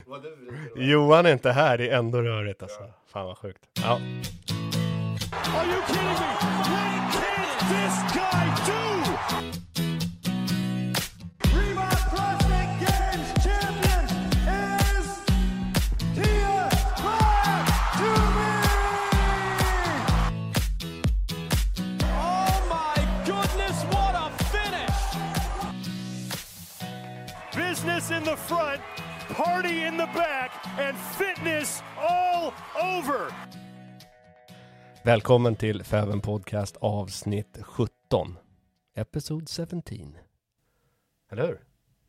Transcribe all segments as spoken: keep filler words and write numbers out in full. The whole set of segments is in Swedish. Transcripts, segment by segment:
Johan är inte här, det är ändå rörigt alltså. Ja. Fan vad sjukt. Ja. Are you kidding me? What can this guy do? Reebok CrossFit Games champion is Tia Clark Toomey! Oh my goodness, what a finish! Business in the front, party in the back, and fitness all over! Välkommen till Fäven Podcast avsnitt sjutton. Episode sjutton. Eller hur?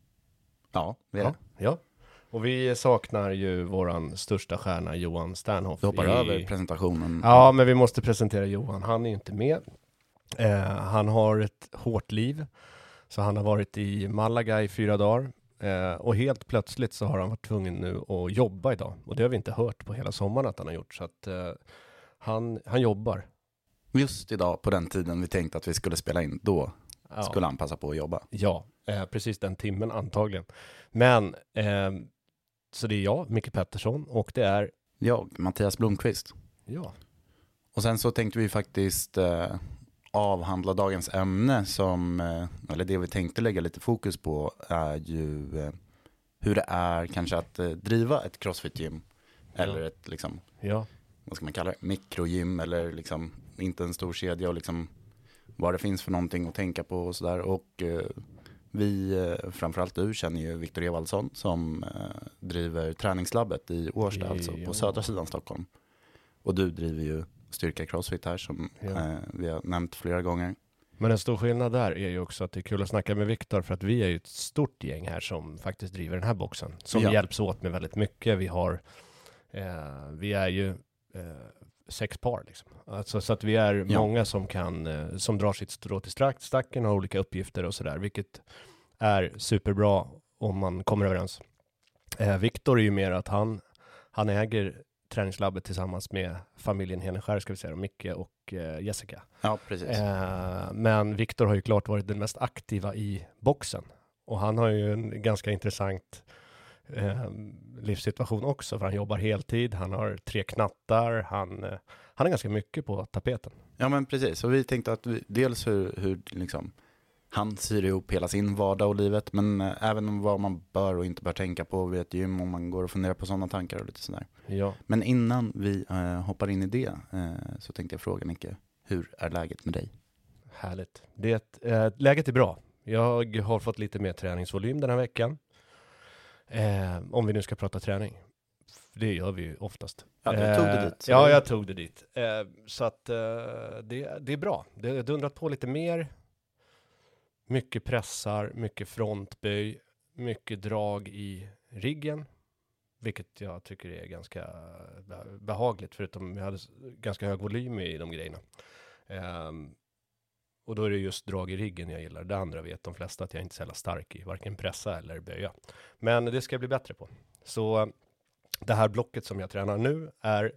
Ja, det är ja, det. ja. Och vi saknar ju våran största stjärna Johan Sternhoff. Vi hoppar i... över presentationen. Ja, men vi måste presentera Johan. Han är ju inte med. Eh, han har ett hårt liv. Så han har varit i Malaga i fyra dagar. Eh, och helt plötsligt så har han varit tvungen nu att jobba idag. Och det har vi inte hört på hela sommaren att han har gjort. Så att eh, han, han jobbar. Just idag på den tiden vi tänkte att vi skulle spela in, då ja. skulle han passa på att jobba. Ja, eh, precis den timmen antagligen. Men, eh, så det är jag, Micke Pettersson, och det är... Jag, Mattias Blomqvist. Ja. Och sen så tänkte vi faktiskt eh, avhandla dagens ämne som, eh, eller det vi tänkte lägga lite fokus på är ju eh, hur det är kanske att eh, driva ett CrossFit-gym. Ja. Eller ett liksom... Ja. Vad ska man kalla det? Mikrogym eller liksom inte en stor kedja och liksom vad det finns för någonting att tänka på och sådär. Och eh, vi, eh, framförallt du, känner ju Viktor Evaldsson som eh, driver träningslabbet i Årsta, ja. Alltså på södra sidan Stockholm. Och du driver ju Styrka CrossFit här som ja. eh, vi har nämnt flera gånger. Men en stor skillnad där är ju också att det är kul att snacka med Viktor för att vi är ju ett stort gäng här som faktiskt driver den här boxen. Som ja. hjälps åt med väldigt mycket. Vi har, eh, vi är ju Eh, sex par liksom. Alltså, så att vi är ja. många som kan eh, som drar sitt strå till stacken och har olika uppgifter och sådär, vilket är superbra om man kommer överens. Eh, Viktor är ju mer att han han äger träningslabbet tillsammans med familjen Heneskär, ska vi säga, Micke och eh, Jessica. Ja, precis. Eh, men Viktor har ju klart varit den mest aktiva i boxen och han har ju en ganska intressant Eh, livssituation också, för han jobbar heltid, han har tre knattar, han, eh, han är ganska mycket på tapeten. Ja, men precis, och vi tänkte att vi, dels hur, hur liksom, han syr ihop hela sin vardag och livet, men eh, även om vad man bör och inte bör tänka på vid ett gym, om man går och funderar på sådana tankar och lite sådär. Ja. Men innan vi eh, hoppar in i det eh, så tänkte jag fråga Nicke, hur är läget med dig? Härligt. Det, eh, läget är bra. Jag har fått lite mer träningsvolym den här veckan. Eh, om vi nu ska prata träning. Det gör vi ju oftast. Ja, du tog det dit. Eh, ja, jag tog det dit. Eh, så att eh, det, det är bra. Det har dundrat på lite mer. Mycket pressar, mycket frontböj, mycket drag i riggen. Vilket jag tycker är ganska behagligt, förutom jag hade ganska hög volym i de grejerna. Eh, Och då är det just drag i riggen jag gillar. Det andra vet de flesta att jag inte är så jävla stark i. Varken pressa eller böja. Men det ska jag bli bättre på. Så det här blocket som jag tränar nu är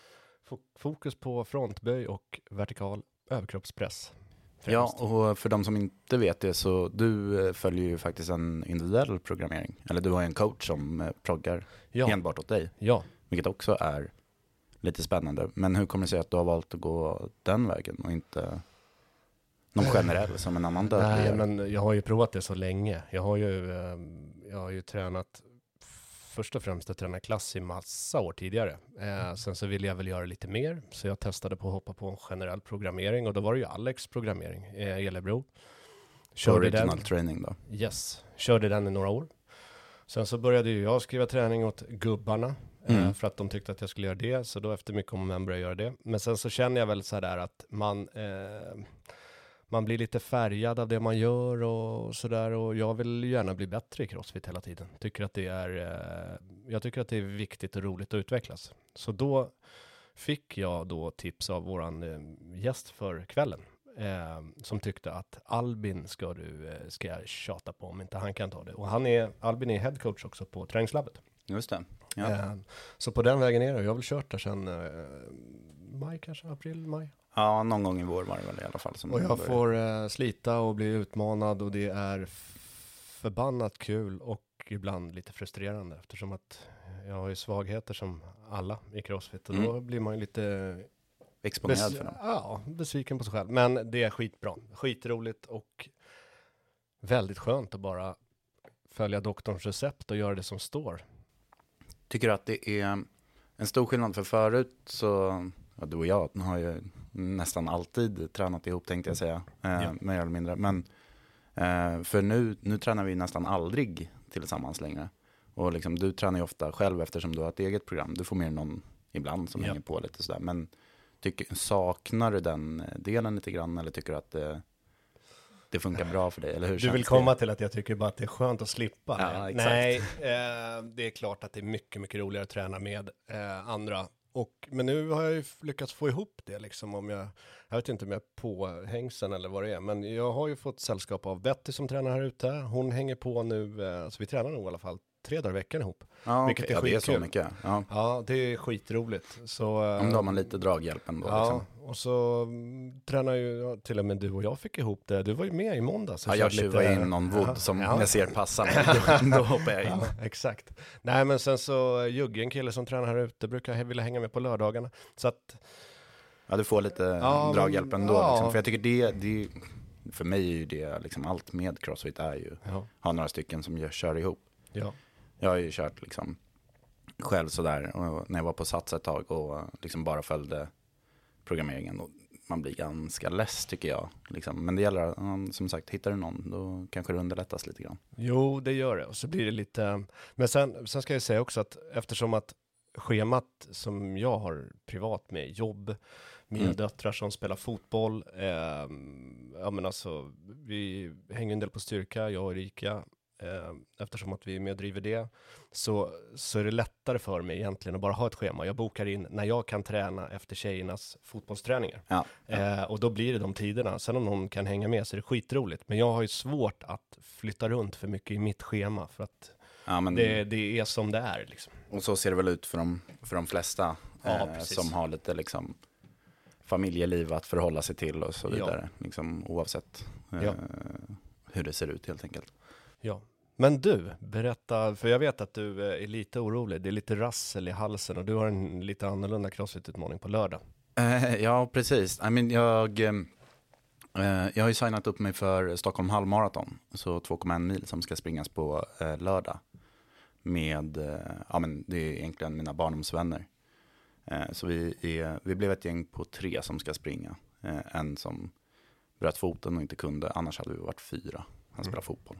fokus på frontböj och vertikal överkroppspress. Främst. Ja, och för de som inte vet det så du följer ju faktiskt en individuell programmering. Eller du har en coach som proggar ja. enbart åt dig. Ja. Vilket också är lite spännande. Men hur kommer det sig att du har valt att gå den vägen och inte... någon generell som en annan dödlig. Nej, men jag har ju provat det så länge. Jag har ju, eh, jag har ju tränat först och främst att träna klass i massa år tidigare. Eh, sen så ville jag väl göra lite mer. Så jag testade på att hoppa på en generell programmering. Och då var det ju Alex programmering i eh, Elebro. Körde original den. Training då? Yes, körde den i några år. Sen så började ju jag skriva träning åt gubbarna. Mm. Eh, för att de tyckte att jag skulle göra det. Så då efter mycket om och men började jag göra det. Men sen så känner jag väl så där att man... Eh, Man blir lite färgad av det man gör och sådär. Och jag vill gärna bli bättre i CrossFit hela tiden. Tycker att det är, eh, jag tycker att det är viktigt och roligt att utvecklas. Så då fick jag då tips av våran eh, gäst för kvällen. Eh, som tyckte att Albin ska du eh, ska jag tjata på om inte han kan ta det. Och han är, Albin är headcoach också på träningslabbet. Just det. Ja. Eh, så på den vägen är det. Jag har väl kört där sedan eh, maj kanske, april, maj. Ja, någon gång i vår var det väl i alla fall. Som och jag får eh, slita och bli utmanad och det är f- förbannat kul och ibland lite frustrerande eftersom att jag har ju svagheter som alla i CrossFit och Mm. då blir man ju lite Exponerad bes- för dem. ja, besviken på sig själv. Men det är skitbra, skitroligt och väldigt skönt att bara följa doktorns recept och göra det som står. Tycker du att det är en stor skillnad för förut så, ja, du och jag har ju nästan alltid tränat ihop tänkte jag säga, eh, Ja. mer eller mindre. Men eh, för nu, nu tränar vi nästan aldrig tillsammans längre. Och liksom, du tränar ju ofta själv eftersom du har ett eget program. Du får med någon ibland som Ja. hänger på lite sådär. Men tycker, saknar du den delen lite grann eller tycker du att det, det funkar bra för dig? Eller hur Du känns vill det? komma till att jag tycker bara att det är skönt att slippa. Ja, exakt. Nej, eh, det är klart att det är mycket, mycket roligare att träna med eh, andra. Och, men nu har jag ju f- lyckats få ihop det liksom om jag, jag vet inte om jag är på hängsen eller vad det är, men jag har ju fått sällskap av Betty som tränar här ute. Hon hänger på nu, eh, så vi tränar nog i alla fall tre dagar i veckan ihop. Ja, vilket okej. är Ja, det är så skitkul. mycket. Ja. Ja, det är skitroligt. Så, eh, Om då har man lite draghjälp ändå. ja, Liksom. och så mm, tränar ju ja, till och med du och jag fick ihop det. Du var ju med i måndag. Så Ja, jag körde tjuvar lite- in någon vood Ja, som ja. jag ser passa mig. Då, då hoppar jag in. Ja, exakt. Nej, men sen så Jugge, en kille som tränar här ute, brukar vilja hänga med på lördagarna. Så att, Ja, du får lite Ja, draghjälp men- ändå. ja. Liksom. För jag tycker det, det, för mig är ju det, liksom, allt med CrossFit är ju, ja, ha några stycken som gör, kör ihop. ja, Jag har ju kört liksom själv sådär, och när jag var på Sats ett tag och liksom bara följde programmeringen. Och man blir ganska less tycker jag. Liksom. Men det gäller, ja, som sagt, hittar du någon, då kanske det underlättas lite grann. jo, det gör det. Och så blir det lite, men sen, sen ska jag säga också att eftersom att schemat som jag har privat med jobb, mina Mm. döttrar som spelar fotboll, eh, ja men alltså, vi hänger en del på styrka, jag och Erika, eh, eftersom att vi är med och driver det, så, så är det lättare för mig egentligen att bara ha ett schema. Jag bokar in när jag kan träna efter tjejernas fotbollsträningar. Ja. Eh, och då blir det de tiderna. Sen om någon kan hänga med så är det skitroligt. Men jag har ju svårt att flytta runt för mycket i mitt schema för att Ja, men, det, det är som det är liksom. och så ser det väl ut för de, för de flesta Ja, eh, precis. som har lite liksom familjeliv att förhålla sig till och så Ja. vidare. Liksom, oavsett eh, Ja. hur det ser ut helt enkelt. Ja. Men du, berätta, för jag vet att du eh, är lite orolig. Det är lite rassel i halsen och du har en lite annorlunda crossfit-utmaning på lördag. Eh, ja, precis. I mean, jag, eh, jag har ju signat upp mig för Stockholm halvmaraton, så två komma en mil som ska springas på eh, lördag. Med, eh, ja men det är egentligen mina barndomsvänner. Eh, så vi, är, vi blev ett gäng på tre som ska springa. Eh, en som bröt foten och inte kunde, annars hade vi varit fyra. Han spelar Mm. fotboll.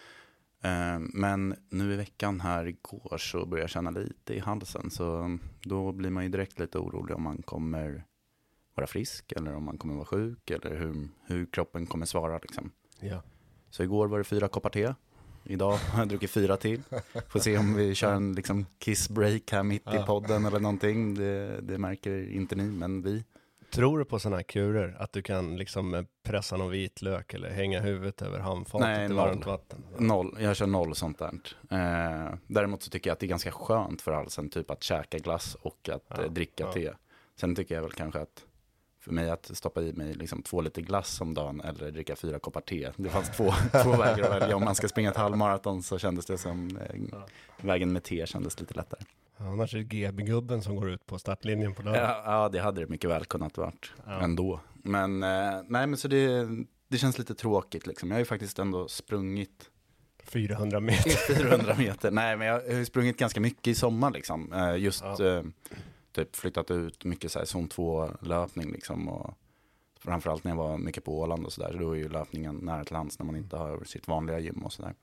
Eh, men nu i veckan här igår så börjar jag känna lite i halsen. Så då blir man ju direkt lite orolig om man kommer vara frisk eller om man kommer vara sjuk eller hur, hur kroppen kommer svara liksom. Ja. Så igår var det fyra koppar te. Idag har jag druckit fyra till. Får se om vi kör en liksom kiss break här mitt Ja. i podden eller någonting. Det, det märker inte ni, men vi. Tror du på sådana här kurer? Att du kan liksom eh, pressa någon vitlök eller hänga huvudet över handfatet Nej, i noll. varmt vatten? Noll, jag kör noll sånt där. Eh, däremot så tycker jag att det är ganska skönt för halsen typ att käka glass och att Ja, eh, dricka ja. te. Sen tycker jag väl kanske att för mig att stoppa i mig liksom två liter glass om dagen eller dricka fyra koppar te. Det fanns två, två vägar att välja. Om man ska springa ett halvmaraton så kändes det som eh, Ja. vägen med te kändes lite lättare. Annars är det G B-gubben som går ut på startlinjen på lördag. Ja, ja, det hade det mycket väl kunnat varit Ja. ändå. Men eh, nej, men så det, det känns lite tråkigt liksom. Jag har ju faktiskt ändå sprungit fyrahundra meter. fyrahundra meter. Nej, men jag har ju sprungit ganska mycket i sommar liksom. Eh, just Ja. eh, typ flyttat ut mycket så här zon två löpning liksom. Och framförallt när jag var mycket på Åland och sådär. Så då är ju löpningen nära till hands när man inte har sitt vanliga gym och sådär.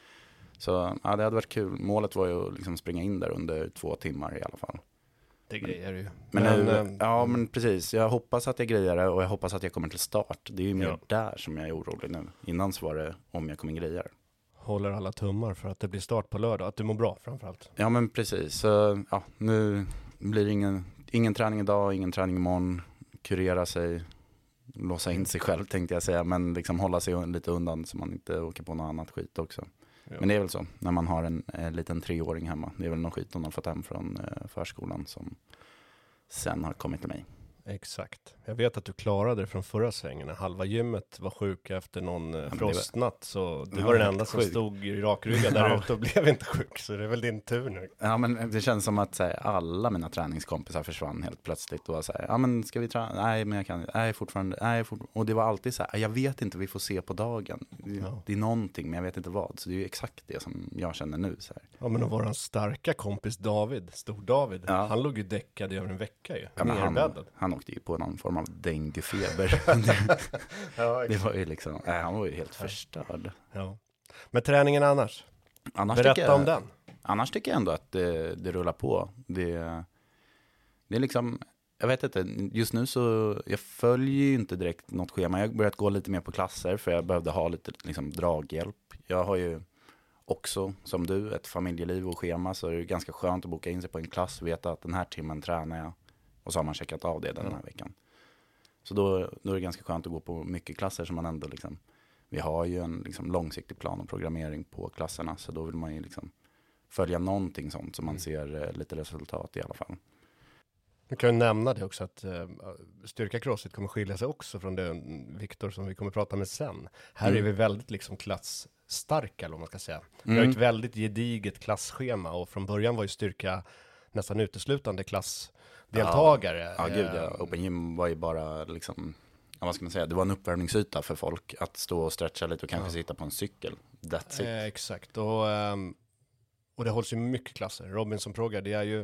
Så ja, det hade varit kul. Målet var ju att liksom springa in där under två timmar i alla fall. Det grejer du ju. Men, Men, nu, eh, ja men precis, jag hoppas att jag grejer det och jag hoppas att jag kommer till start. Det är ju mer Ja. där som jag är orolig nu. Innan så var det om jag kommer greja det. håller alla tummar för att det blir start på lördag. Att du mår bra framförallt. Ja men precis, så ja, nu blir det ingen, ingen träning idag, ingen träning imorgon. Kurera sig, låsa in sig själv tänkte jag säga. Men liksom hålla sig lite undan så man inte åker på något annat skit också. Ja. Men det är väl så, när man har en, en liten treåring hemma. Det är väl någon skit hon har fått hem från eh, förskolan som sen har kommit till mig. Exakt. Jag vet att du klarade det från förra svängen. När halva gymmet var sjuka efter någon eh, frostnatt. Så du Ja, var den helt enda som sjuk. stod i rakryggad där Ja. ute och blev inte sjuk. Så det är väl din tur nu. Ja, men det känns som att så här, alla mina träningskompisar försvann helt plötsligt och var så här, ja men ska vi träna? Nej, men jag kan nej fortfarande, nej fortfarande. Och det var alltid så här, jag vet inte, vi får se på dagen. Det, Ja. det är någonting, men jag vet inte vad. Så det är ju exakt det som jag känner nu så här. Ja, men och våran starka kompis David, Stor-David, Ja. han låg ju däckad i över en vecka ju. Ja, men han, Nerbäddad. han åkte ju på någon form av denguefeber. det, Ja, det var ju liksom, nej, han var ju helt förstörd. ja. Men träningen annars? Annars Berätta tycker jag, om den. Annars tycker jag ändå att det, det rullar på. Det, det är liksom, jag vet inte, just nu så, jag följer ju inte direkt något schema. Jag har börjat gå lite mer på klasser för jag behövde ha lite liksom, draghjälp. Jag har ju också, som du, ett familjeliv och schema, så är det ganska skönt att boka in sig på en klass och veta att den här timmen tränar jag. Och så har man checkat av det den här Mm. veckan. Så då, då är det ganska skönt att gå på mycket klasser som man ändå liksom, vi har ju en liksom, långsiktig plan och programmering på klasserna, så då vill man ju liksom följa någonting sånt så man ser eh, lite resultat i alla fall. Du kan ju nämna det också att uh, styrka crossfit kommer skilja sig också från det Viktor som vi kommer prata med sen. Här Mm. är vi väldigt liksom klassstarka, eller vad man ska säga. Vi har Mm. ett väldigt gediget klassschema och från början var ju styrka nästan uteslutande klassdeltagare. Ja, gud, Eh, ja. Open gym var ju bara liksom, ja, vad ska man säga, det var en uppvärmningsyta för folk att stå och stretcha lite och kanske Ja. sitta på en cykel. That's it. Eh, exakt, och, ehm, och det hålls ju mycket klasser. Robinson Program, det är ju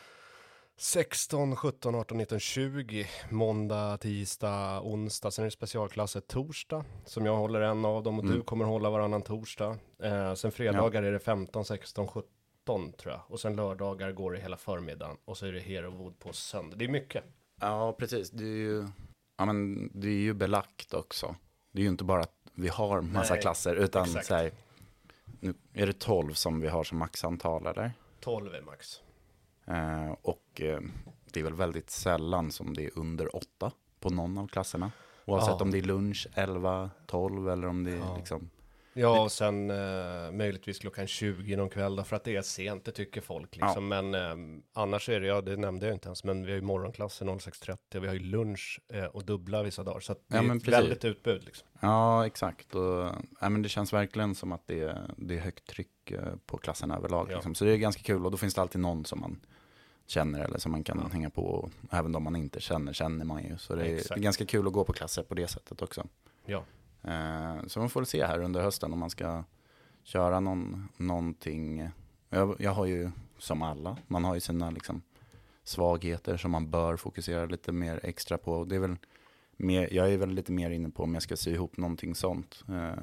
sexton, sjutton, arton, nitton, tjugo, måndag, tisdag, onsdag. Sen är det specialklasser torsdag, som jag håller en av dem och Mm. du kommer hålla varannan torsdag. Eh, sen fredagar är det femton, sexton, sjutton tror jag. Och sen lördagar går det hela förmiddagen. Och så är det Hero Wood på söndag. Det är mycket. Ja, precis. Det är ju, ja, men det är ju belagt också. Det är ju inte bara att vi har massa Nej, klasser, utan exakt. så här, nu är det tolv som vi har som maxantal, eller? tolv är max. Eh, och eh, det är väl väldigt sällan som det är under åtta på någon av klasserna. Oavsett Ja. om det är lunch, elva, tolv eller om det är Ja. liksom... Ja, och sen eh, möjligtvis klockan tjugo någon kväll då, för att det är sent, det tycker folk liksom. Men eh, annars är det, ja det nämnde jag inte ens, men vi har ju morgonklasser noll sex trettio, vi har ju lunch eh, och dubbla vissa dagar, så att det Ja, är men ett precis. väldigt utbud liksom. Ja, exakt. Och, ja, men det känns verkligen som att det är, det är högt tryck eh, på klasserna överlag. Ja. Liksom. Så det är ganska kul och då finns det alltid någon som man känner eller som man kan Ja. hänga på. Och även de man inte känner, känner man ju. Så det är, det Exakt. är ganska kul att gå på klasser på det sättet också. Ja, Eh, så man får se här under hösten om man ska köra någon, någonting. Jag, jag har ju som alla, man har ju sina liksom, svagheter som man bör fokusera lite mer extra på. Och det är väl mer, jag är väl lite mer inne på om jag ska sy ihop någonting sånt. Eh,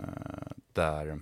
där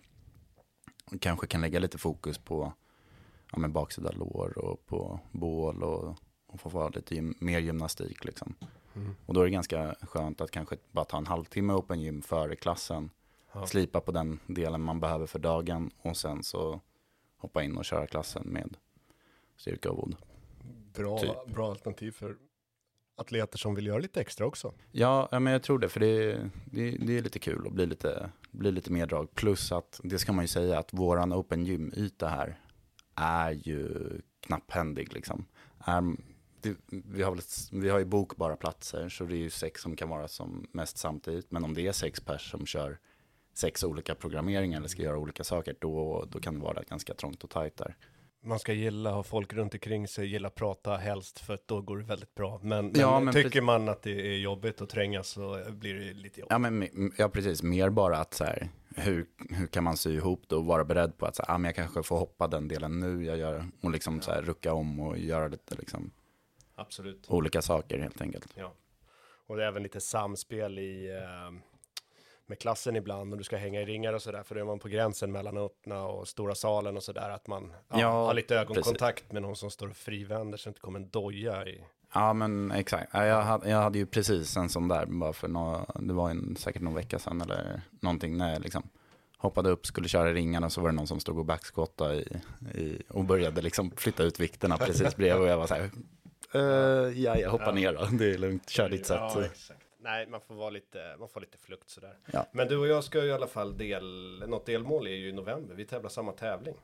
kanske kan lägga lite fokus på ja, men baksida lår och på bål och, och få vara lite gym, mer gymnastik liksom. mm. Och då är det ganska skönt att kanske bara ta en halvtimme open gym före klassen. Ja. Slipa på den delen man behöver för dagen och sen så hoppa in och köra klassen med styrka och vod. Bra, Typ. bra alternativ för atleter som vill göra lite extra också. Ja, ja men jag tror det, för det, det, det är lite kul att bli lite, bli lite mer drag. Plus att, det ska man ju säga, att våran open gym-yta här är ju knapphändig liksom. Är, det, vi, har väl, vi har ju bokbara platser, så det är ju sex som kan vara som mest samtidigt. Men om det är sex pers som kör sex olika programmeringar eller ska göra olika saker, då, då kan det vara ganska trångt och tajt där. Man ska gilla ha folk runt omkring sig, gilla prata helst, för att då går det väldigt bra. Men, men, Ja, men tycker precis. man att det är jobbigt att trängas så blir det lite jobbigt. Ja, men, ja precis, mer bara att så här, hur, hur kan man sy ihop det och vara beredd på att så här, ah, men jag kanske får hoppa den delen nu jag gör, och liksom så här, rucka om och göra lite liksom, Absolut. olika saker helt enkelt. Ja. Och det är även lite samspel i eh, med klassen ibland, och du ska hänga i ringar och sådär, för då är man på gränsen mellan öppna och stora salen och sådär, att man ja, Ja, har lite ögonkontakt med någon som står och frivänder så det inte kommer en doja i. Ja men exakt, ja, jag, hade, jag hade ju precis en sån där bara för några, det var en, säkert någon vecka sedan eller någonting, när jag liksom hoppade upp, skulle köra ringarna och så var det någon som stod och backskottade i, i, och började liksom flytta ut vikterna precis bredvid och jag var så här, uh, ja jag hoppar Ja. ner då, det är lugnt, kör ditt sätt. Ja, exakt. Nej, man får vara lite, man får lite flukt sådär. Ja. Men du och jag ska ju i alla fall del, något delmål är ju i november. Vi tävlar samma tävling.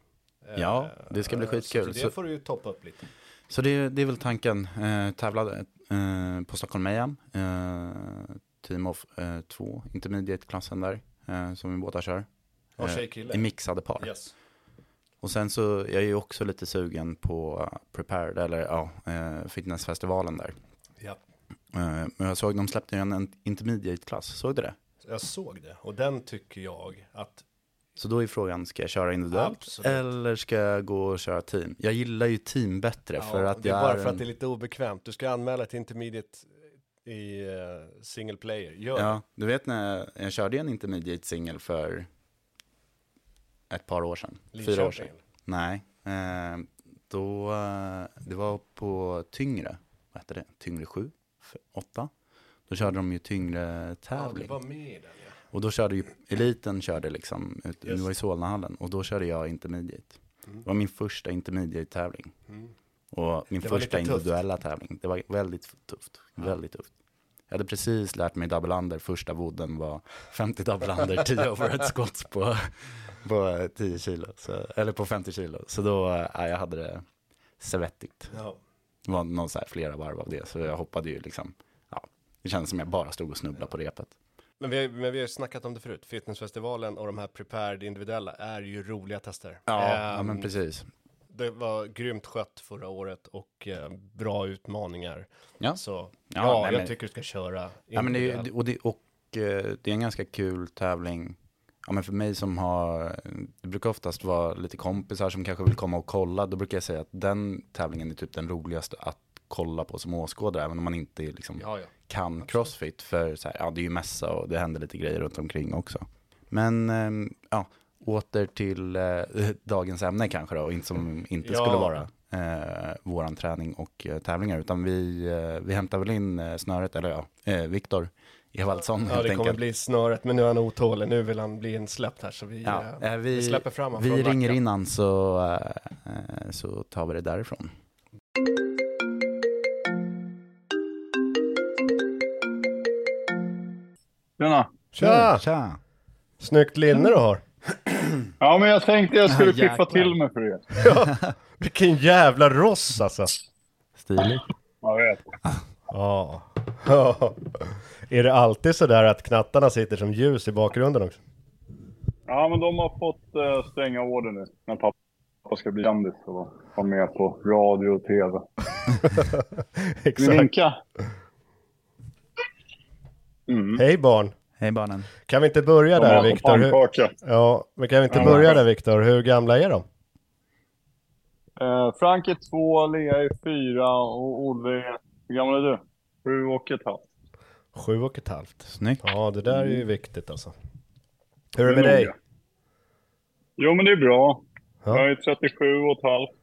Ja, det ska bli skitkul. Så det Så- får du ju toppa upp lite. Så det, det är väl tanken. Eh, tävla eh, på Stockholm Mayhem. Eh, team of eh, två, intermediate-klassen där. Eh, som vi båda kör. Och Eh, tjej-kille. I mixade par. Yes. Och sen så jag är ju också lite sugen på uh, Prepared, eller ja, eh, fitnessfestivalen där. Ja. Eh, men jag såg, de släppte ju en, en intermediate-klass. Såg du det? Jag såg det. Och den tycker jag att... Så då är frågan, ska jag köra individuellt? Absolut. Eller ska jag gå och köra team? Jag gillar ju team bättre för att det är jag bara är för en... att det är lite obekvämt. Du ska anmäla till intermediate i uh, single player. Gör Ja, du vet när jag, jag körde en intermediate single för ett par år sedan. Lidköping, Fyra år sedan. eller? Nej, eh, då, eh, det var på tyngre, vad heter det? Tyngre sju, f- åtta. Då körde de ju tyngre Ja, du tävling. var med i den, ja. Och då körde ju, eliten körde liksom, ut, det Just var i Solnahallen. Och då körde jag intermediate. Mm. Det var min första intermediate-tävling. Mm. Och min Det var första lite tufft. individuella tävling. Det var väldigt tufft. Väldigt tufft. Jag hade precis lärt mig double under. Första wooden var femtio double under, tio overhead squats på, på tio kilo. Så, eller på femtio kilo. Så då, ja, jag hade det svettigt. Ja. Det var någon så här flera varv av det. Så jag hoppade ju liksom, ja, det kändes som jag bara stod och snubblade på repet. Men vi, har, men vi har snackat om det förut. Fitnessfestivalen och de här prepared individuella är ju roliga tester. Ja, Ehm, ja men precis. Det var grymt skött förra året och eh, bra utmaningar. Ja. Så ja, Ja, nej, jag men- tycker du ska köra Ja, men det, är- individuell. och, det, och eh, det är en ganska kul tävling. Ja, men för mig som har, det brukar oftast vara lite kompisar som kanske vill komma och kolla. Då brukar jag säga att den tävlingen är typ den roligaste att kolla på som åskådare. Även om man inte liksom Ja, ja. kan crossfit. För så här, ja, det är ju mässa och det händer lite grejer runt omkring också. Men ehm, ja, åter till eh, dagens ämne kanske då. Och inte som inte Ja. skulle vara eh, våran träning och eh, tävlingar. Utan vi, eh, vi hämtar väl in eh, snöret, eller ja, eh, Viktor Evaldsson Ja, helt det kommer enkelt. bli snöret, men nu är han otålig. Nu vill han bli insläppt här, så vi, Ja, eh, eh, vi, vi, släpper fram honom vi från ringer racken. innan så, eh, så tar vi det därifrån. Tjena. Tja! Tja! Snyggt linne du har. Ja, men jag tänkte jag skulle Ah, jäklar. piffa till mig för er. Vilken jävla ross alltså. Stiligt. Jag vet. Ja. Ja. Är det alltid så där att knattarna sitter som ljus i bakgrunden också? Ja, men de har fått uh, stränga order nu. När pappa ska bli kändis och vara med på radio och tv. Vill ni Exakt. vinka? Mm. Hej barn. Hej barnen. Kan vi inte börja De där har Viktor? Hur... pannkaka. Ja, men kan vi inte Ja. börja där Viktor? Hur gamla är de? Uh, Frank är två, Lea är fyra och Olle är... Hur gammal är du? Sju och ett halvt. Sju och ett halvt. Snyggt. Ja, det där är ju viktigt alltså. Hur är det med Det är dig? noga. Jo, men det är bra. Ja. Jag är trettiosju och ett halvt.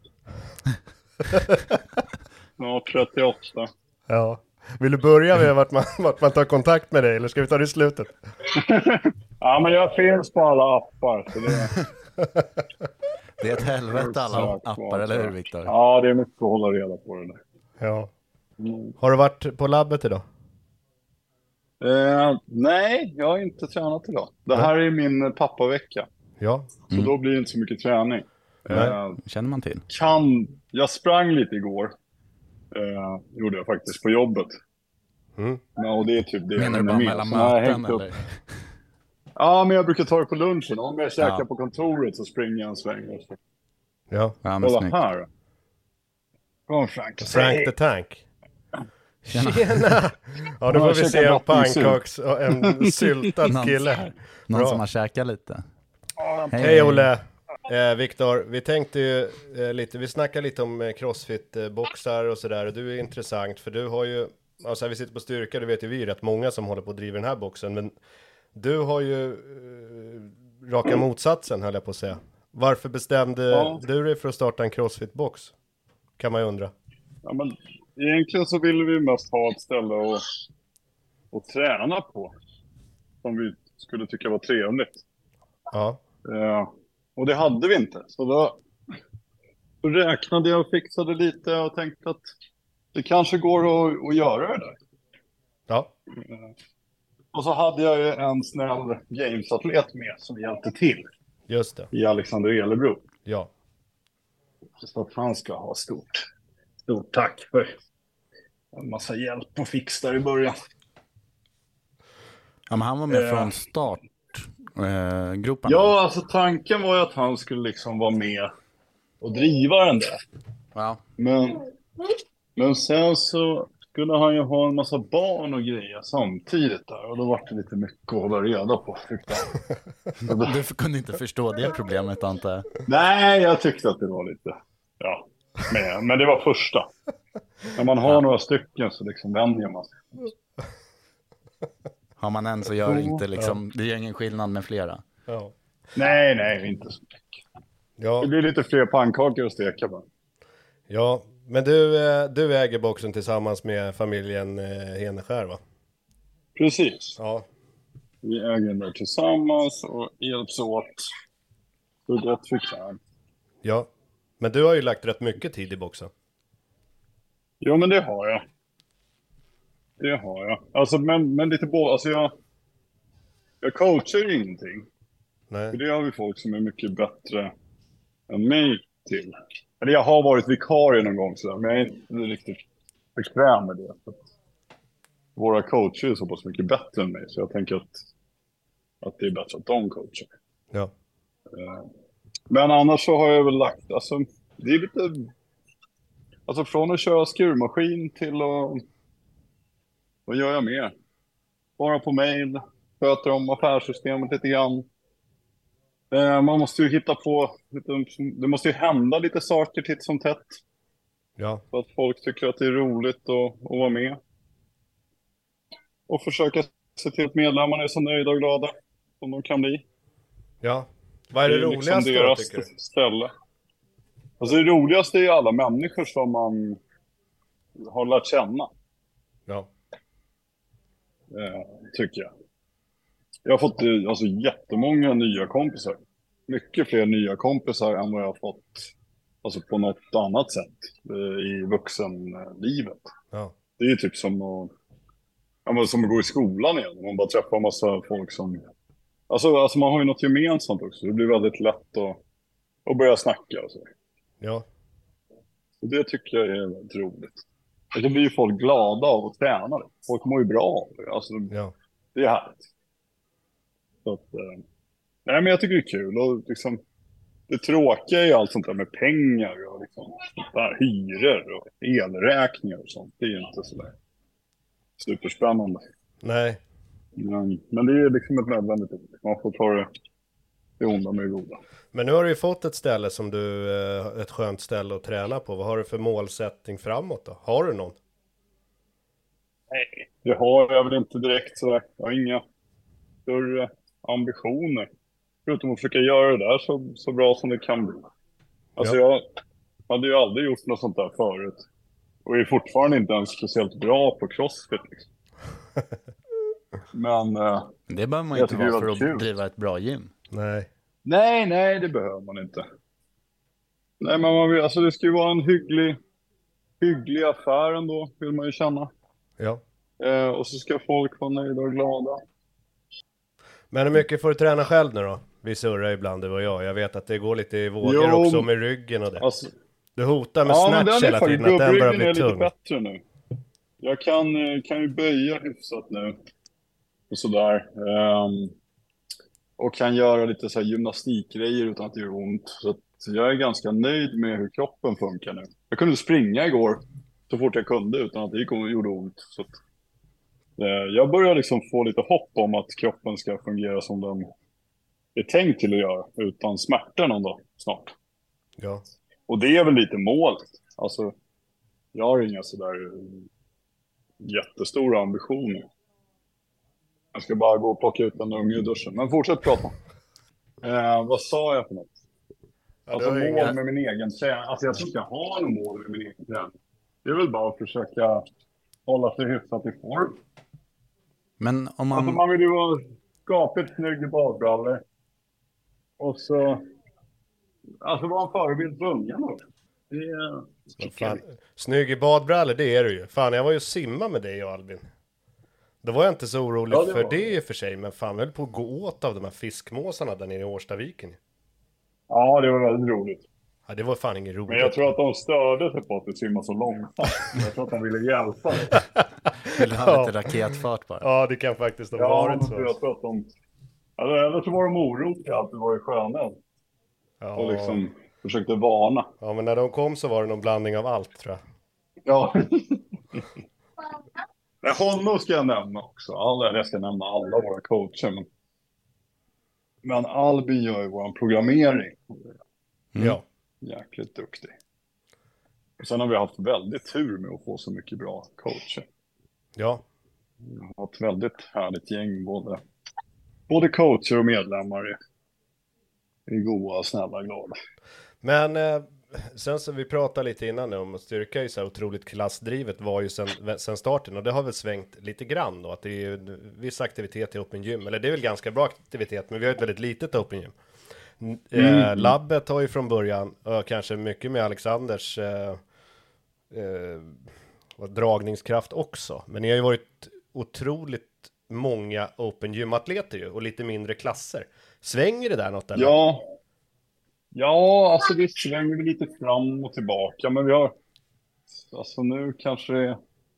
Snart trettioåtta. Ja. Vill du börja med vart man, vart man tar kontakt med dig, eller ska vi ta det i slutet? Ja, men jag finns på alla appar. Så det... Det är ett helvete alla appar, eller hur Viktor? Ja, det är mycket att hålla reda på det där. Ja. Har du varit på labbet idag? Eh, nej, jag har inte tränat idag. Det här är min pappavecka. Ja. Så Mm. då blir det inte så mycket träning. Nej. Eh, Känner man till? kan... Jag sprang lite igår. Eh, gjorde jag faktiskt på jobbet. Mm. Ja, och det är typ det Menar du jag bara hinner med. mellan Så när jag har möten hängt upp- eller? Ja, men jag brukar ta det på lunchen. Om jag käkar Ja. på kontoret så springer jag en sväng. Och så. Ja. Ja, men Kolla snyggt. här. Kom Frank. Frank the Tank. Tjena. Tjena! Ja, då får Ja, vi käka se en drottningsylt. pannkaks och en syltad Någon- kille här. Någon Bra. som har käkat lite. Ja, Hej, Hej Olle! Eh, Viktor, vi tänkte ju eh, lite, vi snackar lite om eh, crossfit-boxar och sådär, och du är intressant för du har ju, alltså vi sitter på styrka, det vet ju vi rätt många som håller på att driva den här boxen, men du har ju eh, raka motsatsen höll jag på att säga. Varför bestämde Ja. du dig för att starta en crossfit-box? Kan man ju undra. Ja, men egentligen så ville vi mest ha ett ställe att, att träna på. Som vi skulle tycka var trevligt. Ja, Eh, och det hade vi inte. Så då, då räknade jag och fixade lite och tänkte att det kanske går att, att göra det där. ja, Och så hade jag ju en snäll gamesatlet med som hjälpte till just det. i Alexander Elebro. Ja, Så att han ska ha stort, stort tack för en massa hjälp och fix där i början. Ja, men han var med Eh. från start. Eh, gropen. Ja, alltså tanken var ju att han skulle liksom vara med och driva den där. Ja. Men, men sen så skulle han ju ha en massa barn och grejer samtidigt där. Och då var det lite mycket att hålla reda på, tyckte jag. Du kunde inte förstå det problemet, antar jag. Nej, jag tyckte att det var lite... Ja, men, men det var första. När man har Ja. några stycken så liksom vänjer man sig. Har man en så gör det inte liksom, det är ingen skillnad med flera. Ja. Nej, nej, inte så mycket. Ja, Det blir lite fler pannkakor att steka bara. ja. Men du, eh, du äger boxen tillsammans med familjen eh, Heneskär, va? Precis. Ja. Vi äger den där tillsammans och hjälps åt så gott vi kan. Ja. Men du har ju lagt rätt mycket tid i boxen. Jo, men det har jag. Det har jag. Alltså, men, men lite både. Alltså, jag, jag coachar ju ingenting. Nej. För det har vi folk som är mycket bättre än mig till. Eller jag har varit vikarie någon gång sådär, men jag är inte riktigt bekväm med det. För att våra coacher är så pass mycket bättre än mig, så jag tänker att, att det är bättre att de coachar. Ja. Men annars så har jag väl lagt, alltså det är lite, alltså från att köra skurmaskin till att, vad gör jag mer? Bara på mail, sköter om affärssystemet lite grann. Eh, man måste ju hitta på, lite, det måste ju hända lite saker titt som tätt. Ja. Så att folk tycker att det är roligt att, att vara med. Och försöka se till att medlemmarna är så nöjda och glada som de kan bli. Ja. Vad är det, är roligaste liksom då, deras tycker du? ställe. Alltså det roligaste är ju alla människor som man har lärt känna, Ja. eh, tycker jag. Jag har fått eh, alltså, jättemånga nya kompisar. Mycket fler nya kompisar än vad jag har fått alltså, på något annat sätt eh, i vuxenlivet. Ja. Det är ju typ som att, ja, men som att gå i skolan igen. Man bara träffar en massa folk som... Alltså, alltså man har ju något gemensamt också. Det blir väldigt lätt att, att börja snacka och så. Ja. Och det tycker jag är väldigt roligt. Och då blir ju folk glada av att träna det. Folk mår ju bra av det. Alltså, Ja. det är härligt. Så att, eh, nej, men jag tycker det är kul. Och liksom, det tråkiga är ju allt sånt där med pengar och liksom, sånt där, hyror och elräkningar och sånt. Det är ju inte sådär superspännande. Nej. Men, men det är liksom ett nödvändigt ord. Man får ta det, det onda med det goda. Men nu har du ju fått ett ställe som du, eh, ett skönt ställe att träna på. Vad har du för målsättning framåt då? Har du någon? Nej, det har jag väl inte direkt sådär. Jag har inga större ambitioner. Förutom att försöka göra det där så, så bra som det kan bli. Alltså Ja. jag hade ju aldrig gjort något sånt där förut. Och är fortfarande inte ens speciellt bra på CrossFit liksom. Men... Eh, Det behöver man ju Jag inte tycker det vara för var att kul. driva ett bra gym. Nej. nej, nej, det behöver man inte. Nej, men man vill, alltså det ska ju vara en hygglig, hygglig affär ändå, vill man ju känna. Ja. Eh, och så ska folk vara nöjda och glada. Men hur mycket får du träna själv nu då? Vi surrar ibland, du och jag. Jag vet att det går lite i vågor Jo, också med ryggen och det. Alltså, Du hotar med ja, men snatch den är hela faktiskt, tiden, att den börjar gubbryggen är bli lite tung. bättre nu. Jag kan, eh, kan ju böja hyfsat nu. Och sådär. Um, och kan göra lite så här gymnastikgrejer utan att det gör ont. Så att jag är ganska nöjd med hur kroppen funkar nu. Jag kunde springa igår så fort jag kunde utan att det gick och gjorde ont. Så att, eh, jag börjar liksom få lite hopp om att kroppen ska fungera som den är tänkt till att göra. Utan smärta någon dag snart. Ja. Och det är väl lite målet. Alltså, jag har inga sådär eh, jättestora ambitioner. Jag ska bara gå och plocka ut en unge i duschen. Men fortsätt prata. Eh, vad sa jag för något? Ja, Alltså du har mål inga- med min egen träning. Alltså jag tror inte jag har någon mål med min egen träning. Det är väl bara att försöka hålla sig hyfsat i form. Men om man... Alltså man vill ju vara skapligt snygg i badbrallor. Och så... Alltså vara en förebild för ungarna. Det är... Vad fan. Snygg i badbrallor, det är du ju. Fan, jag var ju och simma med dig och Albin. Då var jag inte så orolig Ja, det för var det i och för sig. Men fan, jag höll på att gå åt av de här fiskmåsarna där nere i Årstaviken. Ja, det var väldigt roligt. Ja, det var fan ingen roligt. Men jag tror att de störde sig på att det simmar så långsamt. Jag tror att de ville hjälpa dig. Vill ha lite raketfart bara. Ja, det kan faktiskt ha Ja, varit men så. jag tror att de... Eller, eller så var de oroliga att det var i skönen. Ja. Och liksom försökte varna. Ja, men när de kom så var det någon blandning av allt, tror jag. Ja. Men honom ska jag nämna också. Alla, jag ska nämna alla våra coacher. Men, men Albin gör ju vår programmering. Mm. Ja. Jäkligt duktig. Och sen har vi haft väldigt tur med att få så mycket bra coacher. Ja. Vi har ett väldigt härligt gäng. Både, både coacher och medlemmar är, är goa, snälla, glada. Men eh, sen så vi pratade lite innan nu om att styrka är så här otroligt klassdrivet var ju sen, sen starten. Och det har väl svängt lite grann då. Att det är ju viss aktivitet i Open Gym. Eller det är väl ganska bra aktivitet. Men vi har ett väldigt litet Open Gym. Mm. Eh, labbet har ju från början, och kanske mycket med Alexanders eh, eh, dragningskraft också. Men ni har ju varit otroligt många Open Gym-atleter ju, och lite mindre klasser. Svänger det där något eller? Ja, ja alltså det svänger lite fram och tillbaka. Men vi har, alltså nu kanske det är,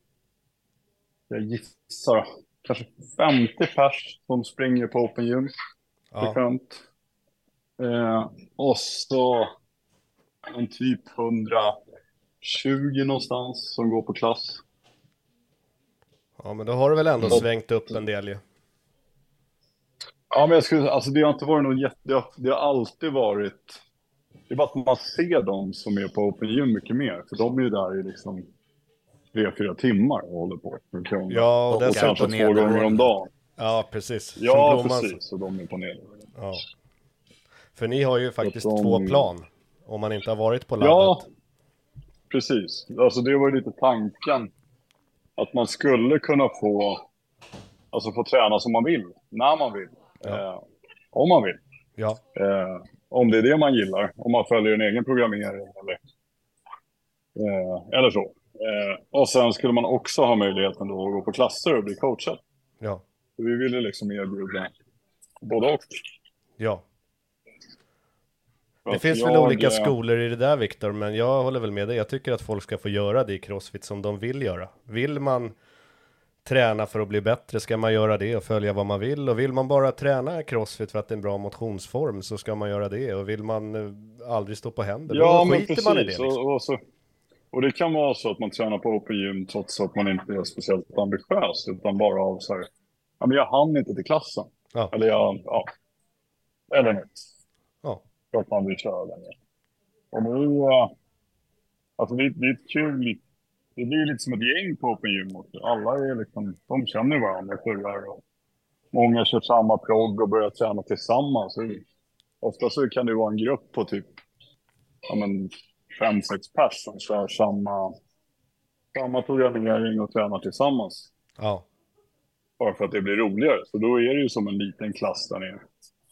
jag gissar, kanske femtio pers som springer på Open Gym. Ja. Frekvent. Eh, och så en typ hundratjugo någonstans som går på klass. Ja, men då har du väl ändå svängt upp en del ju. Ja, men jag skulle, alltså det har inte varit någon jätte, det har, det har alltid varit, det är bara att man ser dem som är på Open Gym mycket mer. För de är ju där i liksom tre, fyra timmar och håller på. Ja, och och den kanske på två gånger om dagen. Ja, precis. Ja, Som Blomman- precis. Så de är på ned. Ja. För ni har ju faktiskt de- två plan. Om man inte har varit på labbet. Ja, precis. Alltså det var ju lite tanken. Att man skulle kunna få, alltså få träna som man vill, när man vill. Ja. Eh, om man vill. Ja, Eh, om det är det man gillar. Om man följer en egen programmering eller, eh, eller så. Eh, och sen skulle man också ha möjligheten då att gå på klasser och bli coachad. ja, Så vi ville liksom erbjuda både och. ja. För Det att finns väl jag, olika eh, skolor i det där, Viktor, men jag håller väl med dig. Jag tycker att folk ska få göra det i CrossFit som de vill göra. Vill man träna för att bli bättre ska man göra det och följa vad man vill. Och vill man bara träna CrossFit för att det är en bra motionsform så ska man göra det. Och vill man eh, aldrig stå på händer, Ja, då men skiter precis. man i det. Liksom. Och, och, så, och det kan vara så att man tränar på Open Gym trots att man inte är speciellt ambitiös, utan bara av så här, ja men jag hann inte till klassen. Ja. Eller jag, ja. Eller något. Ja. För att man vill köra längre. Och nu, äh, alltså det, det är ett kul, det blir lite som ett gäng på Open Gym också. Alla är liksom, de känner varandra förr och många kör samma progg och börjar träna tillsammans. Så ofta så kan det vara en grupp på typ, ja men, fem, sex pers som kör samma, samma programmering och tränar tillsammans. Ja. Bara för att det blir roligare. Så då är det ju som en liten klass där nere.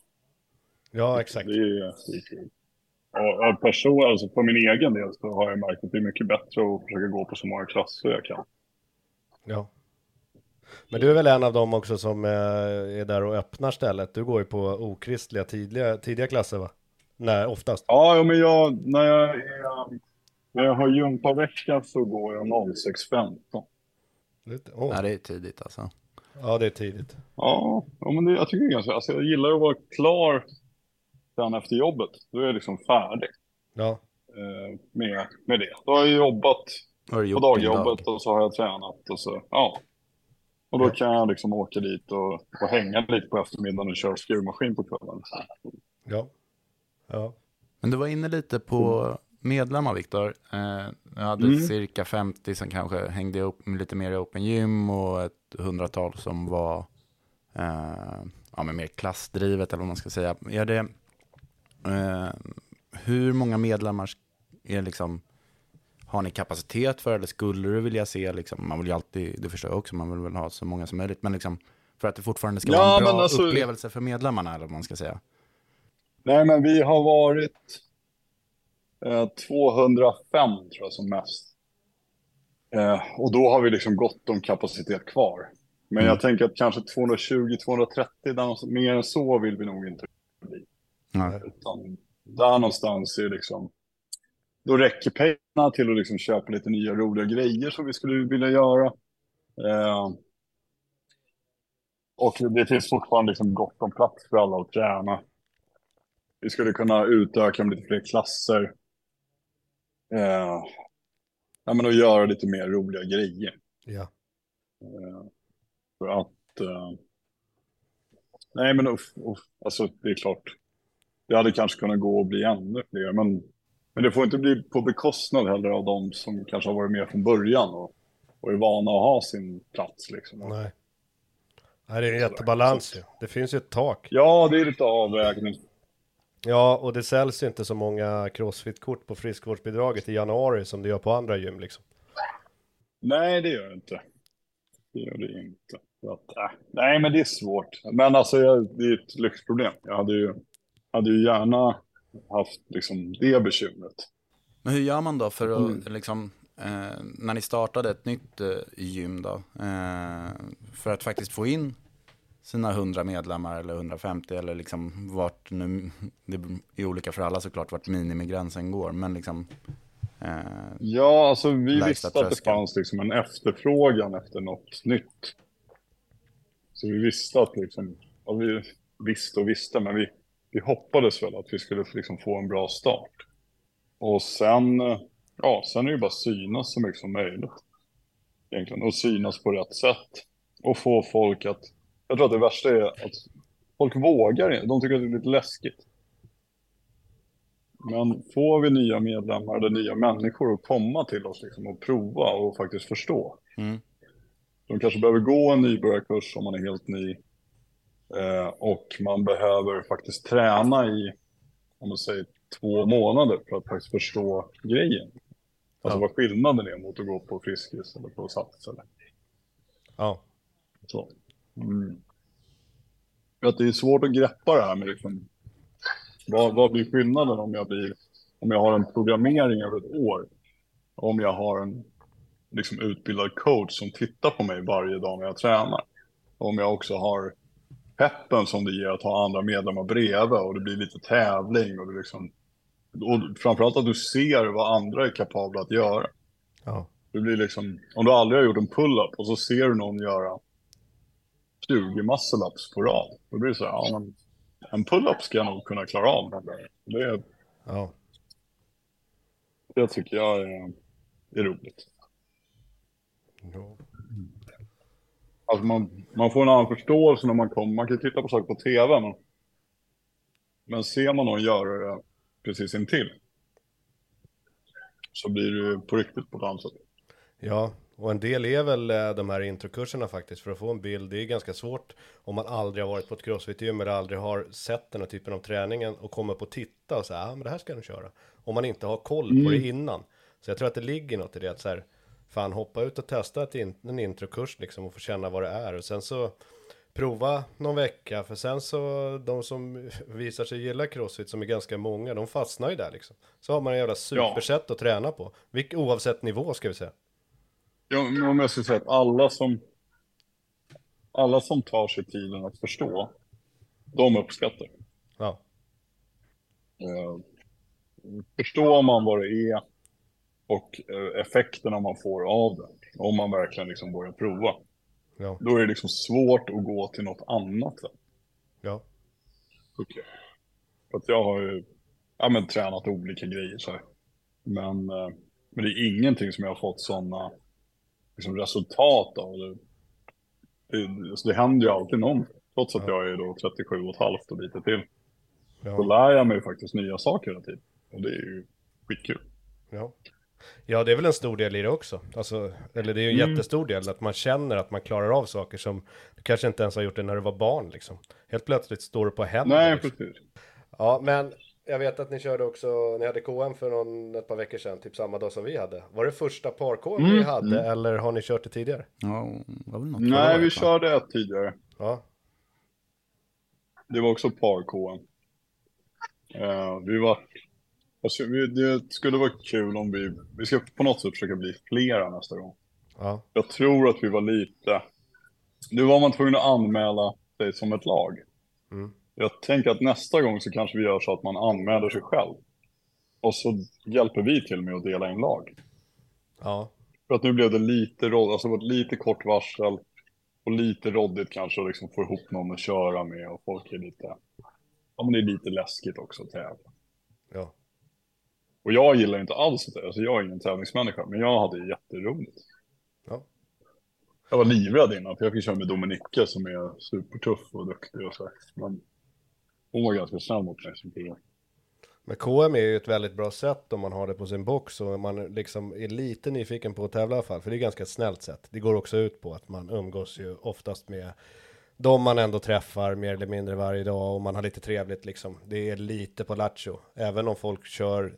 Ja, exakt. Det är, det är kul. Och av person, alltså för min egen del så har jag märkt att det är mycket bättre att försöka gå på så många klasser jag kan. Ja. Men du är väl en av dem också som eh, är där och öppnar stället. Du går ju på okristliga tidiga, tidiga klasser, va? Nej, oftast. Ja, ja men jag, när jag, är, när jag har gympavecka så går jag noll sex femton. Lite. Oh. Ja, det är tidigt alltså. Ja, det är tidigt. Ja, ja men det, jag tycker det är ganska, alltså jag gillar att vara klar sen efter jobbet. Då är jag liksom färdig Ja. eh, med, med det. Då har jag jobbat Har du på gjort din dagjobbet dag? och så har jag tränat och så, ja. Och då kan jag liksom åka dit och, och hänga lite på eftermiddagen och köra skruvmaskin på kvällen. Ja. Ja. Men du var inne lite på medlemmar, Viktor. Eh, jag hade Mm. cirka femtio som kanske hängde upp med lite mer i Open Gym och ett hundratal som var eh, ja, men mer klassdrivet eller vad man ska säga. Är det, eh, hur många medlemmar är liksom, har ni kapacitet för, eller skulle du vilja se liksom, man vill ju alltid, det förstår jag också, man vill väl ha så många som möjligt, men liksom för att det fortfarande ska Ja, vara en men bra alltså- upplevelse för medlemmarna, eller vad man ska säga. Nej, men vi har varit eh, tvåhundrafem tror jag som mest. Eh, och då har vi liksom gott om kapacitet kvar. Men Mm. jag tänker att kanske tvåhundratjugo tvåhundratrettio, där, mer än så vill vi nog inte bli. Ja. Utan där någonstans är liksom, då räcker pengarna till att liksom köpa lite nya roliga grejer som vi skulle vilja göra. Eh, och det finns fortfarande liksom gott om plats för alla att träna. Vi skulle kunna utöka med lite fler klasser. Eh, ja, men att göra lite mer roliga grejer. Ja. Eh, för att... Eh, nej, men uff, uff, alltså det är klart. Det hade kanske kunnat gå och bli ännu fler. Men, men det får inte bli på bekostnad heller av de som kanske har varit med från början. Och, och är vana att ha sin plats liksom. Nej. Nej, det är en jättebalans ju. Det finns ju ett tak. Ja, det är lite avvägning. Ja, och det säljs ju inte så många crossfit-kort på friskvårdsbidraget i januari som det gör på andra gym liksom. Nej, det gör det inte. Det gör det inte. Så att, äh, nej, men det är svårt. Men alltså, jag, det är ett lyxproblem. Jag hade ju, hade ju gärna haft liksom det bekymret. Men hur gör man då för att, Mm. liksom, eh, när ni startade ett nytt eh, gym då, eh, för att faktiskt få in sina hundra medlemmar eller hundrafemtio eller liksom vart nu, det är olika för alla såklart vart minimigränsen går, men liksom eh, Ja, alltså vi Lägsta visste att det tröskeln. fanns liksom en efterfrågan efter något nytt. Så vi visste att liksom, ja, vi visste och visste, men vi, vi hoppades väl att vi skulle liksom få en bra start. Och sen, eh, ja, sen är det ju bara synas så mycket som möjligt. Egentligen, och synas på rätt sätt. Och få folk att, jag tror att det värsta är att folk vågar inte, de tycker att det är lite läskigt. Men får vi nya medlemmar eller nya människor att komma till oss liksom och prova och faktiskt förstå. mm, De kanske behöver gå en nybörjarkurs om man är helt ny. Eh, och man behöver faktiskt träna i, om man säger, två månader för att faktiskt förstå grejen. Alltså Ja. vad skillnaden är mot att gå på Friskis eller på Sats eller Ja. så. Mm. För att det är svårt att greppa det här med liksom, vad, vad blir skillnaden om jag blir, om jag har en programmering över ett år, om jag har en liksom utbildad coach som tittar på mig varje dag när jag tränar, om jag också har peppen som det ger att ha andra medlemmar bredvid och det blir lite tävling och det liksom, och framförallt att du ser vad andra är kapabla att göra. Ja. Det blir liksom, om du aldrig har gjort en pull-up och så ser du någon göra tjugo muscle-ups på rad. Då blir det så här, ja men en pull-up ska jag nog kunna klara av. Det, Ja. det tycker jag är, är roligt. Jo. Alltså man, man får en annan förståelse när man kommer. Man kan ju titta på saker på tv. Men, men ser man någon göra det precis intill så blir det ju på riktigt på ett annat sätt. Ja, och en del är väl eh, de här introkurserna faktiskt för att få en bild. Det är ganska svårt om man aldrig har varit på ett crossfit-gym eller aldrig har sett den här typen av träningen och kommer på att titta och säga, ja ah, men det här ska du köra. Om man inte har koll på Mm. det innan. Så jag tror att det ligger något i det att så här, fan hoppa ut och testa ett in, en introkurs liksom och få känna vad det är. Och sen så prova någon vecka, för sen så de som visar sig gilla crossfit som är ganska många, de fastnar ju där liksom. Så har man en jävla supersätt att träna på. Vilk, oavsett nivå ska vi säga. Ja, men om jag ska säga att alla som alla som tar sig tiden att förstå, de uppskattar. Ja, Eh, förstår man vad det är och eh, effekterna man får av det, om man verkligen liksom börjar prova, ja, då är det liksom svårt att gå till något annat. ja, Okay. För att jag har ju ja, men, tränat olika grejer så här. Men, eh, men det är ingenting som jag har fått sådana liksom, resultat av. Det, det, alltså, det händer ju alltid någon, trots att Ja. jag är då trettiosju och ett halvt och lite till. Så ja, lär jag mig faktiskt nya saker hela tiden. Och det är ju skitkul. ja. Ja, det är väl en stor del i det också. Alltså, eller det är ju en Mm. jättestor del att man känner att man klarar av saker som du kanske inte ens har gjort det när du var barn liksom. Helt plötsligt står du på händer. Nej, liksom. precis. Ja, men jag vet att ni körde också, ni hade K M för någon, ett par veckor sedan, typ samma dag som vi hade. Var det första par-K M Mm, ni hade mm. eller har ni kört det tidigare? ja, det var väl något förra Nej, vi året, va? körde ett tidigare. Ja, Det var också par-K M. Uh, vi var... Alltså, vi, det skulle vara kul om vi... Vi ska på något sätt försöka bli flera nästa gång. ja, Jag tror att vi var lite... Nu var man tvungen att anmäla sig som ett lag. mm. Jag tänker att nästa gång så kanske vi gör så att man anmäler sig själv. Och så hjälper vi till med att dela in lag. Ja. För att nu blev det lite rodd, alltså ett lite kort varsel och lite roddigt kanske att liksom få ihop någon att köra med och folk är lite, ja men det är lite läskigt också att tävla. Ja. Och jag gillar inte alls det, alltså jag är ingen tävlingsmänniska, men jag hade jätteroligt. Ja. Jag var livrädd innan, för jag fick köra med Dominicke som är supertuff och duktig och så. Men hon var ganska snäll mot mig som pilot. Men K M är ju ett väldigt bra sätt om man har det på sin box och man liksom är lite nyfiken på att tävla i alla fall. För det är ganska snällt sätt. Det går också ut på att man umgås ju oftast med de man ändå träffar mer eller mindre varje dag och man har lite trevligt liksom. Det är lite på lattjo. Även om folk kör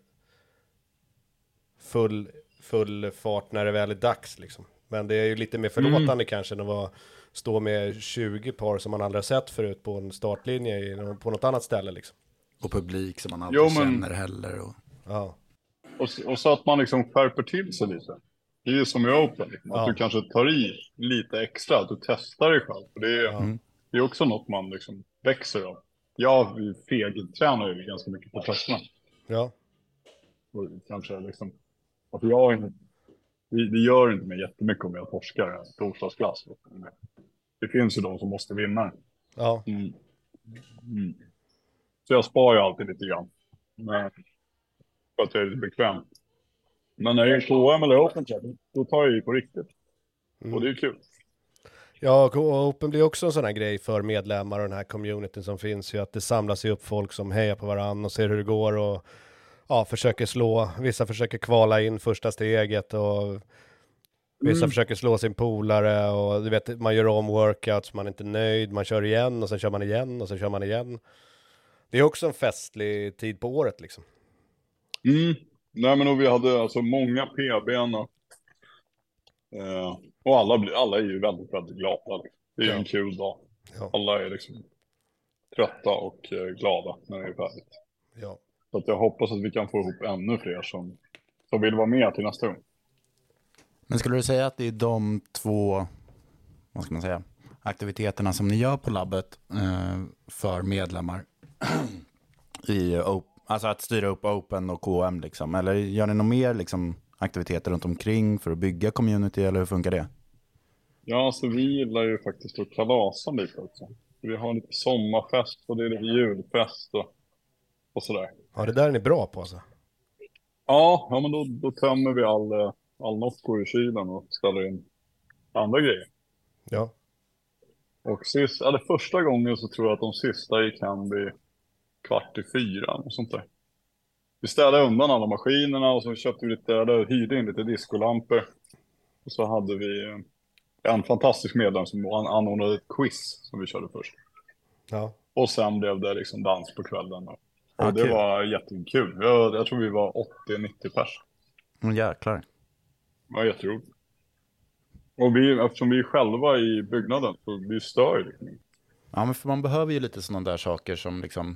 full, full fart när det väl är dags liksom. Men det är ju lite mer förlåtande mm. kanske än att vara, stå med tjugo par som man aldrig har sett förut på en startlinje i, på något annat ställe liksom. Och publik som man aldrig jo, men... känner heller. Och... Ja. Och, och så att man liksom skärper till sig lite. Det är ju som i Open, liksom, att ja. du kanske tar i lite extra, att du testar dig själv. För det, är, ja. det är också något man liksom växer av. Jag fegtränar ju ganska mycket på testerna. Ja. Och kanske liksom, att jag, det, det gör inte mig jättemycket om jag torskar en torsdagsklass. Det finns ju de som måste vinna. Ja. Mm. Mm. Så jag sparar ju alltid lite grann. Men, för att jag är lite bekväm. Men när det är K M eller Open Chat, då tar jag ju på riktigt. Mm. Och det är kul. Ja, Open blir också en sån här grej för medlemmar och den här communityn som finns ju. Att det samlas ju upp folk som hejar på varandra och ser hur det går och ja, försöker slå. Vissa försöker kvala in första steget och vissa mm. försöker slå sin polare och du vet, man gör om workouts, man är inte nöjd, man kör igen och sen kör man igen och sen kör man igen. Det är också en festlig tid på året liksom. Mm. Nej men vi hade alltså många P B-n och, eh, och alla, blir, alla är ju väldigt, väldigt glada. Det är ja. en kul dag. Ja. Alla är liksom trötta och eh, glada när det är färdigt. Ja. Så att jag hoppas att vi kan få ihop ännu fler som, som vill vara med till nästa gång. Men skulle du säga att det är de två, vad ska man säga, aktiviteterna som ni gör på labbet eh, för medlemmar i Open? Alltså att styra upp Open och K M liksom. Eller gör ni något mer liksom, aktiviteter runt omkring för att bygga community eller hur funkar det? Ja, alltså vi gillar ju faktiskt att kalasa lite också. Vi har lite sommarfest och det är lite julfest och, och sådär. Ja, det där är ni bra på alltså. Ja, ja men då, då tömmer vi all, all Nocco i kylen och ställer in andra grejer. Ja. Och sist, eller första gången så tror jag att de sista gick hem vid kvart i fyra och sånt där. Vi städade undan alla maskinerna och så köpte vi lite, eller hyrde in lite diskolampor. Och så hade vi en fantastisk medlem som anordnade ett quiz som vi körde först. Ja. Och sen blev det liksom dans på kvällen. Och ja, det kul. var jättekul. Jag, jag tror vi var åttio nittio pers. Mm, jäklar. Det var jätteroligt. Och vi, eftersom vi är själva i byggnaden så vi stör liksom. Ja, men för man behöver ju lite sådana där saker som liksom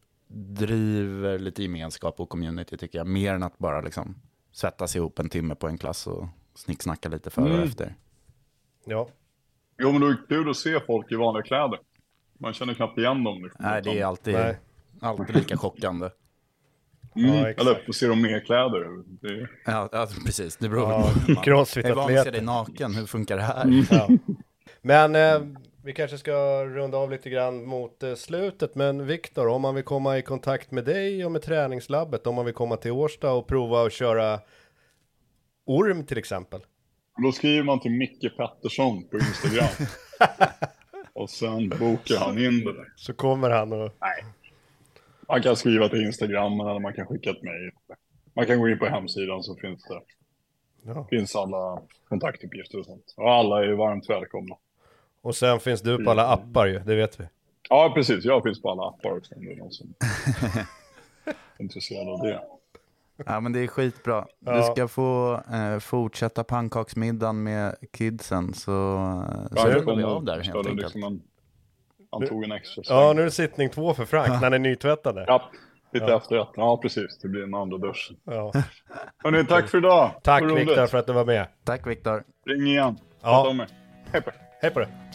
driver lite gemenskap och community tycker jag. Mer än att bara liksom sätta sig ihop en timme på en klass och snicksnacka lite före mm. och efter. Ja. Jo, men det är kul att se folk i vanliga kläder. Man känner knappt igen dem. Liksom. Nej, det är alltid, Nej. alltid lika chockande. Mm. Ja, eller får se dem mer kläder. Det... Ja, ja, precis. Det beror ja, på. Man är van att se dig naken. Hur funkar det här? Mm. Ja. Men eh, vi kanske ska runda av lite grann mot eh, slutet. Men Viktor, om man vill komma i kontakt med dig och med träningslabbet, om man vill komma till Årsta och prova att köra orm till exempel. Då skriver man till Micke Pettersson på Instagram. Och sen bokar han in det där. Så kommer han och... Nej. Man kan skriva till Instagram eller man kan skicka ett mejl. Man kan gå in på hemsidan så finns det. Ja. Finns alla kontaktuppgifter och sånt. Och alla är varmt välkomna. Och sen finns du på alla appar ju, det vet vi. Ja, precis. Jag finns på alla appar också. Om det är någon som är intresserad av det. Ja, men det är skitbra. Ja. Du ska få eh, fortsätta pannkaksmiddagen med kidsen så, ja, så rundar vi av där helt enkelt. Liksom en, han tog en extra sväng. Ja, nu är det sittning två för Frank när han är nytvättade. Ja, lite ja. efter ett. Ja, precis. Det blir en andra dusch. Ja. Hörrni, tack för idag. Tack Viktor för att du var med. Tack Viktor. Ring igen. Ja. Hej på Hej på det.